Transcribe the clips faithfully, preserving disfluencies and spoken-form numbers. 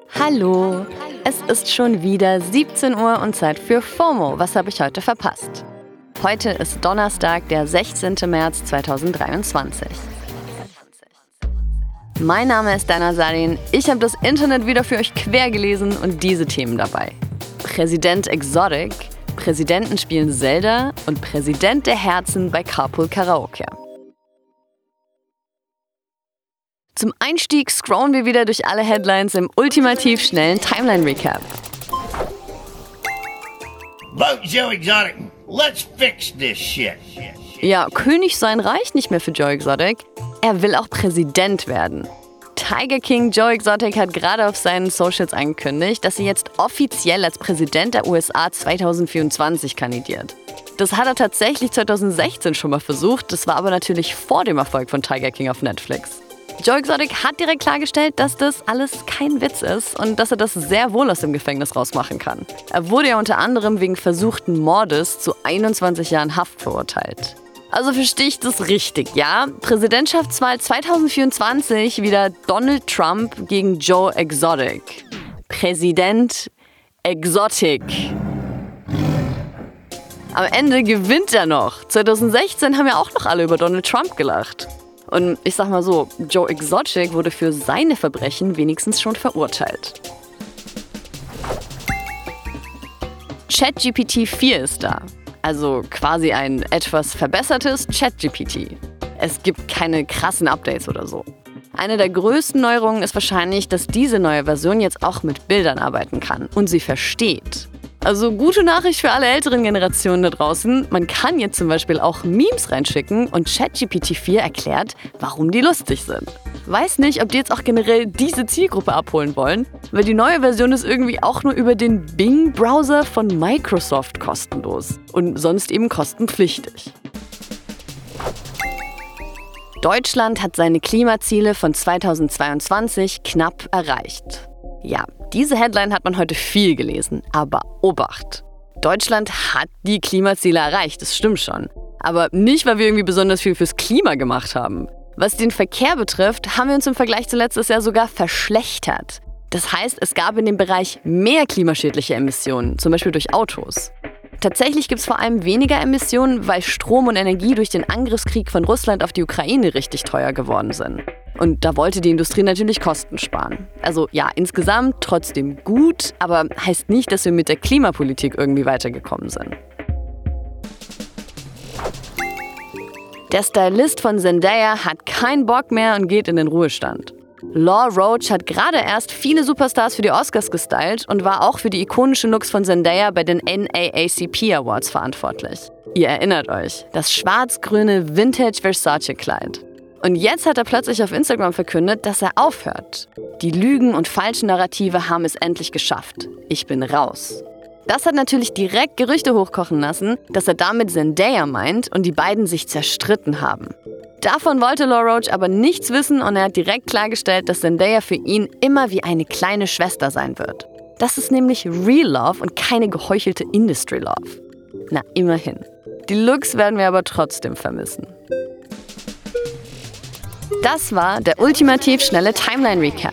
Hallo, es ist schon wieder siebzehn Uhr und Zeit für FOMO. Was habe ich heute verpasst? Heute ist Donnerstag, der sechzehnten März zweitausenddreiundzwanzig. Mein Name ist Dana Sarin, ich habe das Internet wieder für euch quer gelesen und diese Themen dabei. Präsident Exotic, Präsidenten spielen Zelda und Präsident der Herzen bei Carpool Karaoke. Zum Einstieg scrollen wir wieder durch alle Headlines im ultimativ schnellen Timeline-Recap. Vote Joe Exotic. Let's fix this shit. Ja, König sein reicht nicht mehr für Joe Exotic. Er will auch Präsident werden. Tiger King Joe Exotic hat gerade auf seinen Socials angekündigt, dass er jetzt offiziell als Präsident der U S A zweitausendvierundzwanzig kandidiert. Das hat er tatsächlich zweitausendsechzehn schon mal versucht, das war aber natürlich vor dem Erfolg von Tiger King auf Netflix. Joe Exotic hat direkt klargestellt, dass das alles kein Witz ist und dass er das sehr wohl aus dem Gefängnis rausmachen kann. Er wurde ja unter anderem wegen versuchten Mordes zu einundzwanzig Jahren Haft verurteilt. Also verstehe ich das richtig, ja? Präsidentschaftswahl zweitausendvierundzwanzig wieder Donald Trump gegen Joe Exotic. Präsident Exotic. Am Ende gewinnt er noch. zweitausendsechzehn haben ja auch noch alle über Donald Trump gelacht. Und ich sag mal so, Joe Exotic wurde für seine Verbrechen wenigstens schon verurteilt. ChatGPT vier ist da. Also quasi ein etwas verbessertes ChatGPT. Es gibt keine krassen Updates oder so. Eine der größten Neuerungen ist wahrscheinlich, dass diese neue Version jetzt auch mit Bildern arbeiten kann und sie versteht. Also gute Nachricht für alle älteren Generationen da draußen. Man kann jetzt zum Beispiel auch Memes reinschicken und ChatGPT vier erklärt, warum die lustig sind. Weiß nicht, ob die jetzt auch generell diese Zielgruppe abholen wollen, weil die neue Version ist irgendwie auch nur über den Bing-Browser von Microsoft kostenlos und sonst eben kostenpflichtig. Deutschland hat seine Klimaziele von zweitausendzweiundzwanzig knapp erreicht. Ja, diese Headline hat man heute viel gelesen, aber Obacht! Deutschland hat die Klimaziele erreicht, das stimmt schon. Aber nicht, weil wir irgendwie besonders viel fürs Klima gemacht haben. Was den Verkehr betrifft, haben wir uns im Vergleich zu letztes Jahr sogar verschlechtert. Das heißt, es gab in dem Bereich mehr klimaschädliche Emissionen, zum Beispiel durch Autos. Tatsächlich gibt es vor allem weniger Emissionen, weil Strom und Energie durch den Angriffskrieg von Russland auf die Ukraine richtig teuer geworden sind. Und da wollte die Industrie natürlich Kosten sparen. Also ja, insgesamt trotzdem gut, aber heißt nicht, dass wir mit der Klimapolitik irgendwie weitergekommen sind. Der Stylist von Zendaya hat keinen Bock mehr und geht in den Ruhestand. Law Roach hat gerade erst viele Superstars für die Oscars gestylt und war auch für die ikonischen Looks von Zendaya bei den N double A C P Awards verantwortlich. Ihr erinnert euch, das schwarz-grüne Vintage Versace-Kleid. Und jetzt hat er plötzlich auf Instagram verkündet, dass er aufhört. Die Lügen und falschen Narrative haben es endlich geschafft. Ich bin raus. Das hat natürlich direkt Gerüchte hochkochen lassen, dass er damit Zendaya meint und die beiden sich zerstritten haben. Davon wollte Law Roach aber nichts wissen und er hat direkt klargestellt, dass Zendaya für ihn immer wie eine kleine Schwester sein wird. Das ist nämlich Real Love und keine geheuchelte Industry Love. Na, immerhin. Die Looks werden wir aber trotzdem vermissen. Das war der ultimativ schnelle Timeline-Recap.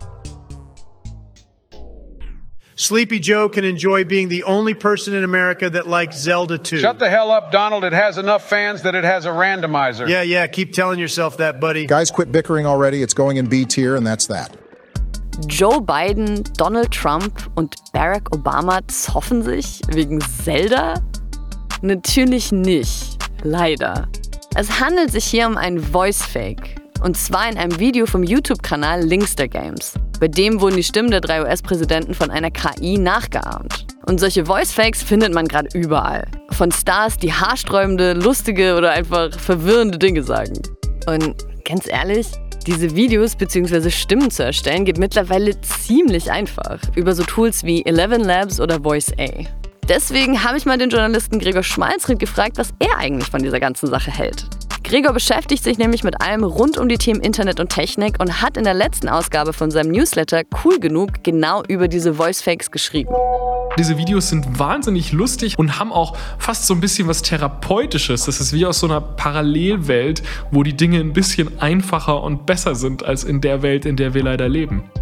Sleepy Joe can enjoy being the only person in America that likes Zelda two. Shut the hell up, Donald. It has enough fans that it has a randomizer. Yeah, yeah, keep telling yourself that, buddy. Guys, quit bickering already. It's going in B tier and that's that. Joe Biden, Donald Trump und Barack Obama zoffen sich wegen Zelda? Natürlich nicht. Leider. Es handelt sich hier um einen Voice-Fake. Und zwar in einem Video vom YouTube-Kanal Linkster Games. Bei dem wurden die Stimmen der drei U S-Präsidenten von einer K I nachgeahmt. Und solche Voice-Fakes findet man gerade überall. Von Stars, die haarsträubende, lustige oder einfach verwirrende Dinge sagen. Und ganz ehrlich, diese Videos bzw. Stimmen zu erstellen geht mittlerweile ziemlich einfach. Über so Tools wie Eleven Labs oder Voice A. Deswegen habe ich mal den Journalisten Gregor Schmalzried gefragt, was er eigentlich von dieser ganzen Sache hält. Gregor beschäftigt sich nämlich mit allem rund um die Themen Internet und Technik und hat in der letzten Ausgabe von seinem Newsletter Cool Genug genau über diese Voice-Fakes geschrieben. Diese Videos sind wahnsinnig lustig und haben auch fast so ein bisschen was Therapeutisches. Das ist wie aus so einer Parallelwelt, wo die Dinge ein bisschen einfacher und besser sind als in der Welt, in der wir leider leben.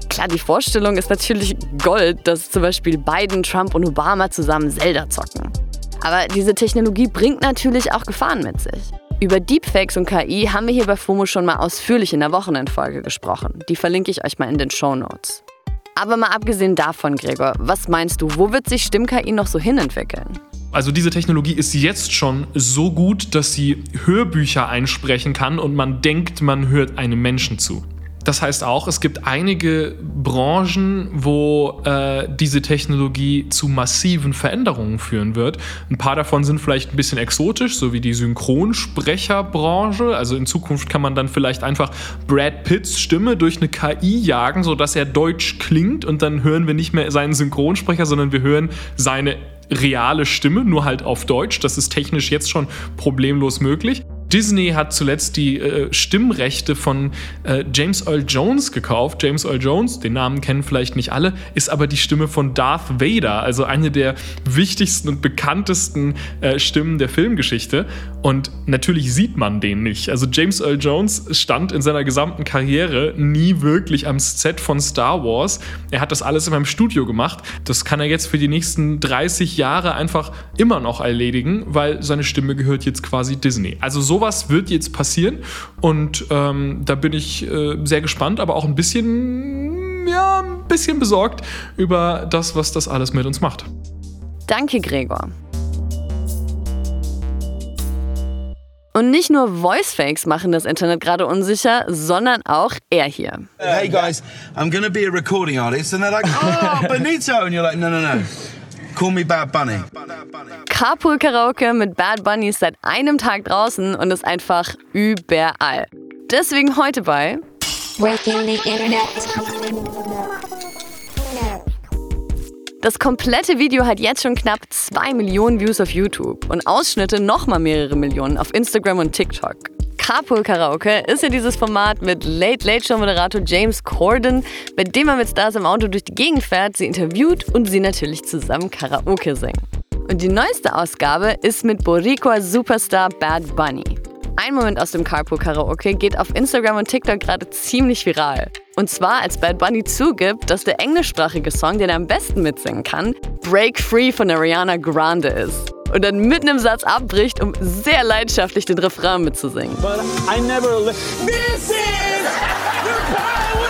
Klar, die Vorstellung ist natürlich Gold, dass zum Beispiel Biden, Trump und Obama zusammen Zelda zocken. Aber diese Technologie bringt natürlich auch Gefahren mit sich. Über Deepfakes und K I haben wir hier bei FOMO schon mal ausführlich in der Wochenendfolge gesprochen. Die verlinke ich euch mal in den Shownotes. Aber mal abgesehen davon, Gregor, was meinst du, wo wird sich Stimm-K I noch so hinentwickeln? Also diese Technologie ist jetzt schon so gut, dass sie Hörbücher einsprechen kann und man denkt, man hört einem Menschen zu. Das heißt auch, es gibt einige Branchen, wo äh, diese Technologie zu massiven Veränderungen führen wird. Ein paar davon sind vielleicht ein bisschen exotisch, so wie die Synchronsprecherbranche. Also in Zukunft kann man dann vielleicht einfach Brad Pitts Stimme durch eine K I jagen, sodass er deutsch klingt und dann hören wir nicht mehr seinen Synchronsprecher, sondern wir hören seine reale Stimme, nur halt auf Deutsch. Das ist technisch jetzt schon problemlos möglich. Disney hat zuletzt die äh, Stimmrechte von äh, James Earl Jones gekauft. James Earl Jones, den Namen kennen vielleicht nicht alle, ist aber die Stimme von Darth Vader, also eine der wichtigsten und bekanntesten äh, Stimmen der Filmgeschichte. Und natürlich sieht man den nicht. Also James Earl Jones stand in seiner gesamten Karriere nie wirklich am Set von Star Wars. Er hat das alles in meinem Studio gemacht. Das kann er jetzt für die nächsten dreißig Jahre einfach immer noch erledigen, weil seine Stimme gehört jetzt quasi Disney. Also so Sowas wird jetzt passieren und ähm, da bin ich äh, sehr gespannt, aber auch ein bisschen, ja, ein bisschen besorgt über das, was das alles mit uns macht. Danke, Gregor. Und nicht nur Voicefakes machen das Internet gerade unsicher, sondern auch er hier. Hey guys, I'm gonna be a recording artist and they're like, oh, Benito, and you're like, no, no, no. Call me Bad Bunny. Carpool Karaoke mit Bad Bunny ist seit einem Tag draußen und ist einfach überall. Deswegen heute bei Breaking the Internet. Das komplette Video hat jetzt schon knapp zwei Millionen Views auf YouTube und Ausschnitte nochmal mehrere Millionen auf Instagram und TikTok. Carpool Karaoke ist ja dieses Format mit Late-Late-Show-Moderator James Corden, bei dem er mit Stars im Auto durch die Gegend fährt, sie interviewt und sie natürlich zusammen Karaoke singen. Und die neueste Ausgabe ist mit Boricua-Superstar Bad Bunny. Ein Moment aus dem Carpool Karaoke geht auf Instagram und TikTok gerade ziemlich viral. Und zwar, als Bad Bunny zugibt, dass der englischsprachige Song, den er am besten mitsingen kann, Break Free von Ariana Grande ist. Und dann mitten im Satz abbricht, um sehr leidenschaftlich den Refrain mitzusingen. But I never li- This is the power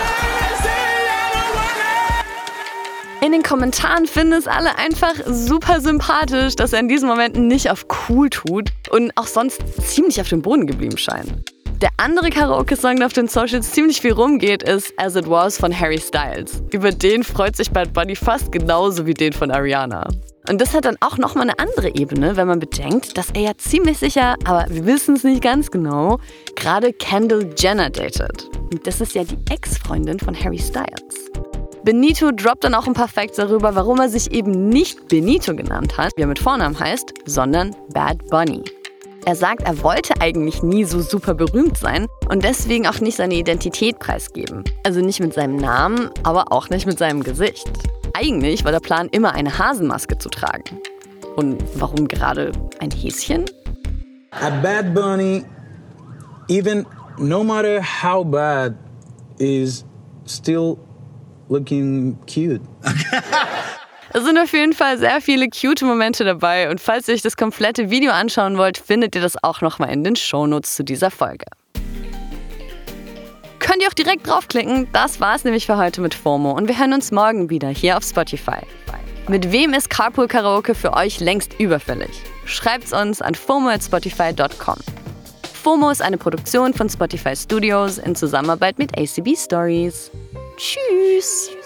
In den Kommentaren finden es alle einfach super sympathisch, dass er in diesen Momenten nicht auf cool tut und auch sonst ziemlich auf dem Boden geblieben scheint. Der andere Karaoke-Song, der auf den Socials ziemlich viel rumgeht, ist As It Was von Harry Styles. Über den freut sich Bad Bunny fast genauso wie den von Ariana. Und das hat dann auch nochmal eine andere Ebene, wenn man bedenkt, dass er ja ziemlich sicher, aber wir wissen es nicht ganz genau, gerade Kendall Jenner datet. Und das ist ja die Ex-Freundin von Harry Styles. Benito droppt dann auch ein paar Facts darüber, warum er sich eben nicht Benito genannt hat, wie er mit Vornamen heißt, sondern Bad Bunny. Er sagt, er wollte eigentlich nie so super berühmt sein und deswegen auch nicht seine Identität preisgeben. Also nicht mit seinem Namen, aber auch nicht mit seinem Gesicht. Eigentlich war der Plan immer, eine Hasenmaske zu tragen. Und warum gerade ein Häschen? A Bad Bunny, even no matter how bad, is still looking cute. Es sind auf jeden Fall sehr viele cute Momente dabei und falls ihr euch das komplette Video anschauen wollt, findet ihr das auch nochmal in den Shownotes zu dieser Folge. Könnt ihr auch direkt draufklicken, das war's nämlich für heute mit FOMO und wir hören uns morgen wieder hier auf Spotify. Mit wem ist Carpool Karaoke für euch längst überfällig? Schreibt's uns an fomo at spotify dot com. FOMO ist eine Produktion von Spotify Studios in Zusammenarbeit mit A C B Stories. Tschüss!